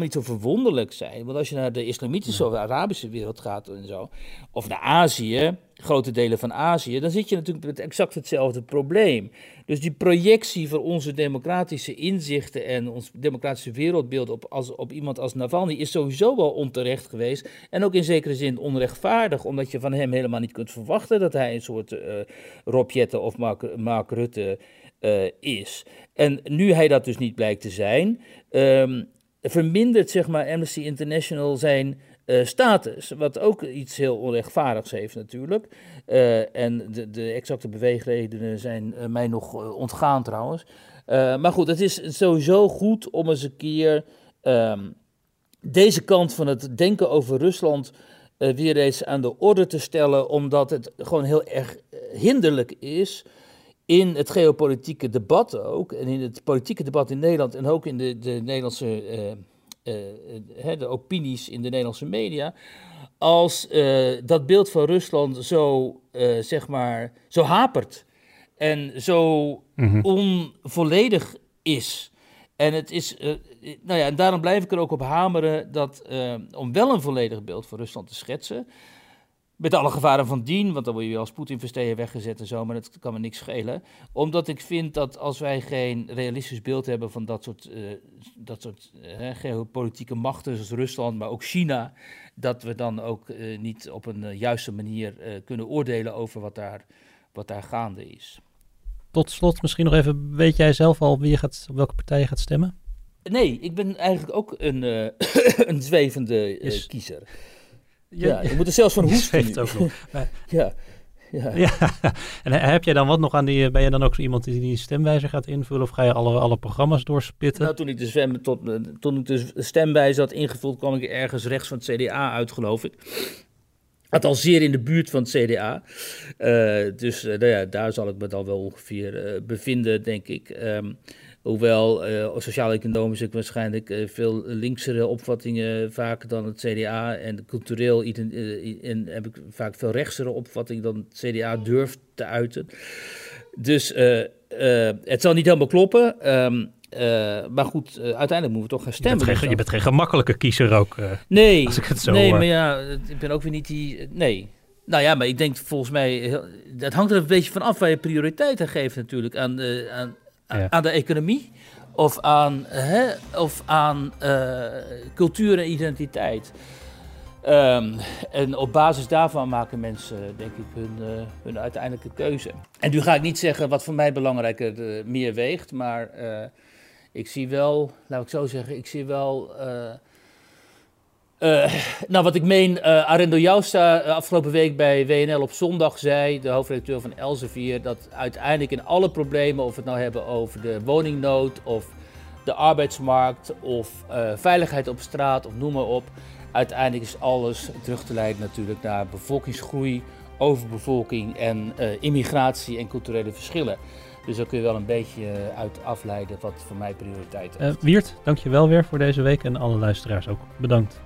D: niet zo verwonderlijk zijn. Want als je naar de islamitische of de Arabische wereld gaat en zo, of naar Azië, grote delen van Azië, dan zit je natuurlijk met exact hetzelfde probleem. Dus die projectie van onze democratische inzichten en ons democratische wereldbeeld op, als, op iemand als Navalny is sowieso wel onterecht geweest. En ook in zekere zin onrechtvaardig, omdat je van hem helemaal niet kunt verwachten dat hij een soort uh, Rob Jetten of Mark, Mark Rutte uh, is. En nu hij dat dus niet blijkt te zijn, um, vermindert zeg maar Amnesty International zijn uh, status, wat ook iets heel onrechtvaardigs heeft natuurlijk. Uh, en de, de exacte beweegredenen zijn uh, mij nog uh, ontgaan trouwens. Uh, maar goed, het is sowieso goed om eens een keer um, deze kant van het denken over Rusland uh, weer eens aan de orde te stellen, omdat het gewoon heel erg hinderlijk is in het geopolitieke debat ook, en in het politieke debat in Nederland en ook in de, de Nederlandse uh, uh, de opinies in de Nederlandse media, als uh, dat beeld van Rusland zo, uh, zeg maar, zo hapert en zo mm-hmm. onvolledig is. En het is, uh, nou ja, en daarom blijf ik er ook op hameren dat, uh, om wel een volledig beeld van Rusland te schetsen, met alle gevaren van dien, want dan word je als Poetin-versteer weggezet en zo, maar dat kan me niks schelen. Omdat ik vind dat als wij geen realistisch beeld hebben van dat soort, uh, dat soort uh, geopolitieke machten zoals Rusland, maar ook China, dat we dan ook uh, niet op een uh, juiste manier uh, kunnen oordelen over wat daar, wat daar gaande is.
C: Tot slot misschien nog even, weet jij zelf al wie je gaat, op welke partij je gaat stemmen?
D: Nee, ik ben eigenlijk ook een, uh, een zwevende uh, yes. kiezer. Je, ja, je moet er zelfs van hoesten.
C: Ook nog.
D: ja, ja.
C: ja. En heb jij dan wat nog aan die, ben je dan ook zo iemand die die stemwijzer gaat invullen of ga je alle, alle programma's doorspitten?
D: Nou, toen ik de, zwem, tot, toen ik de stemwijzer had ingevuld, kwam ik ergens rechts van het C D A uit, geloof ik. Het al zeer in de buurt van het C D A. Uh, dus uh, nou ja, daar zal ik me dan wel ongeveer uh, bevinden, denk ik. Um, Hoewel uh, sociaal-economisch ik waarschijnlijk uh, veel linksere opvattingen vaker dan het C D A. En cultureel uh, en heb ik vaak veel rechtsere opvattingen dan het C D A durft te uiten. Dus uh, uh, het zal niet helemaal kloppen. Um, uh, maar goed, uh, uiteindelijk moeten we toch gaan stemmen.
C: Je bent geen, je bent geen gemakkelijke kiezer ook. Uh,
D: nee,
C: als ik het zo
D: nee
C: hoor.
D: Maar ja, ik ben ook weer niet die... Nee. Nou ja, maar ik denk volgens mij... Dat hangt er een beetje van af waar je prioriteit aan geeft natuurlijk. Aan... Uh, aan Ja. Aan de economie of aan, hè, of aan uh, cultuur en identiteit. Um, en op basis daarvan maken mensen, denk ik, hun, uh, hun uiteindelijke keuze. En nu ga ik niet zeggen wat voor mij belangrijker uh, meer weegt, maar uh, ik zie wel, laat ik zo zeggen, ik zie wel... Uh, Uh, nou, wat ik meen, uh, Arendo Jouwstra uh, afgelopen week bij W N L op zondag zei, de hoofdredacteur van Elsevier, dat uiteindelijk in alle problemen, of we het nou hebben over de woningnood of de arbeidsmarkt of uh, veiligheid op straat of noem maar op, uiteindelijk is alles terug te leiden natuurlijk naar bevolkingsgroei, overbevolking en uh, immigratie en culturele verschillen. Dus daar kun je wel een beetje uit afleiden wat voor mij prioriteit heeft.
C: Uh, Wiert, dank je wel weer voor deze week en alle luisteraars ook. Bedankt.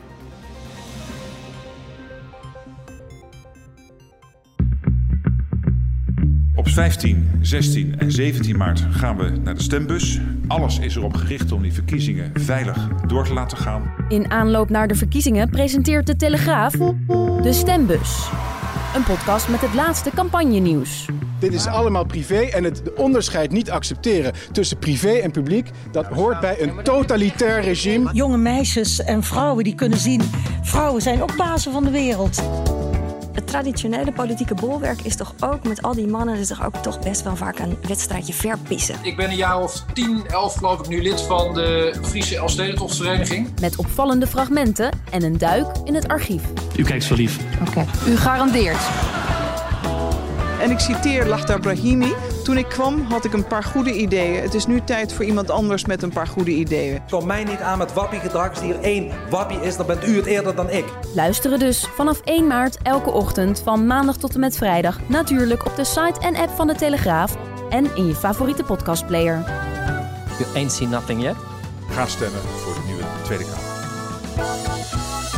E: Op vijftien, zestien en zeventien maart gaan we naar de stembus. Alles is erop gericht om die verkiezingen veilig door te laten gaan.
F: In aanloop naar de verkiezingen presenteert de Telegraaf de Stembus. Een podcast met het laatste campagnenieuws.
G: Dit is allemaal privé en het onderscheid niet accepteren tussen privé en publiek, dat hoort bij een totalitair regime.
H: Jonge meisjes en vrouwen die kunnen zien, vrouwen zijn ook bazen van de wereld.
I: Het traditionele politieke bolwerk is toch ook met al die mannen is toch ook toch best wel vaak een wedstrijdje verpissen.
J: Ik ben een jaar of tien, elf geloof ik nu lid van de Friese Elfstedentochtvereniging.
F: Met opvallende fragmenten en een duik in het archief.
K: U kijkt zo lief.
F: Oké. Okay. U garandeert.
L: En ik citeer Lakhdar Brahimi. Toen ik kwam had ik een paar goede ideeën. Het is nu tijd voor iemand anders met een paar goede ideeën.
M: Kom mij niet aan met wappiegedrag. Als er één wappie is, dan bent u het eerder dan ik.
F: Luisteren dus vanaf één maart elke ochtend van maandag tot en met vrijdag. Natuurlijk op de site en app van de Telegraaf en in je favoriete podcastplayer.
N: You ain't seen nothing yet?
E: Ga stemmen voor de nieuwe Tweede Kamer.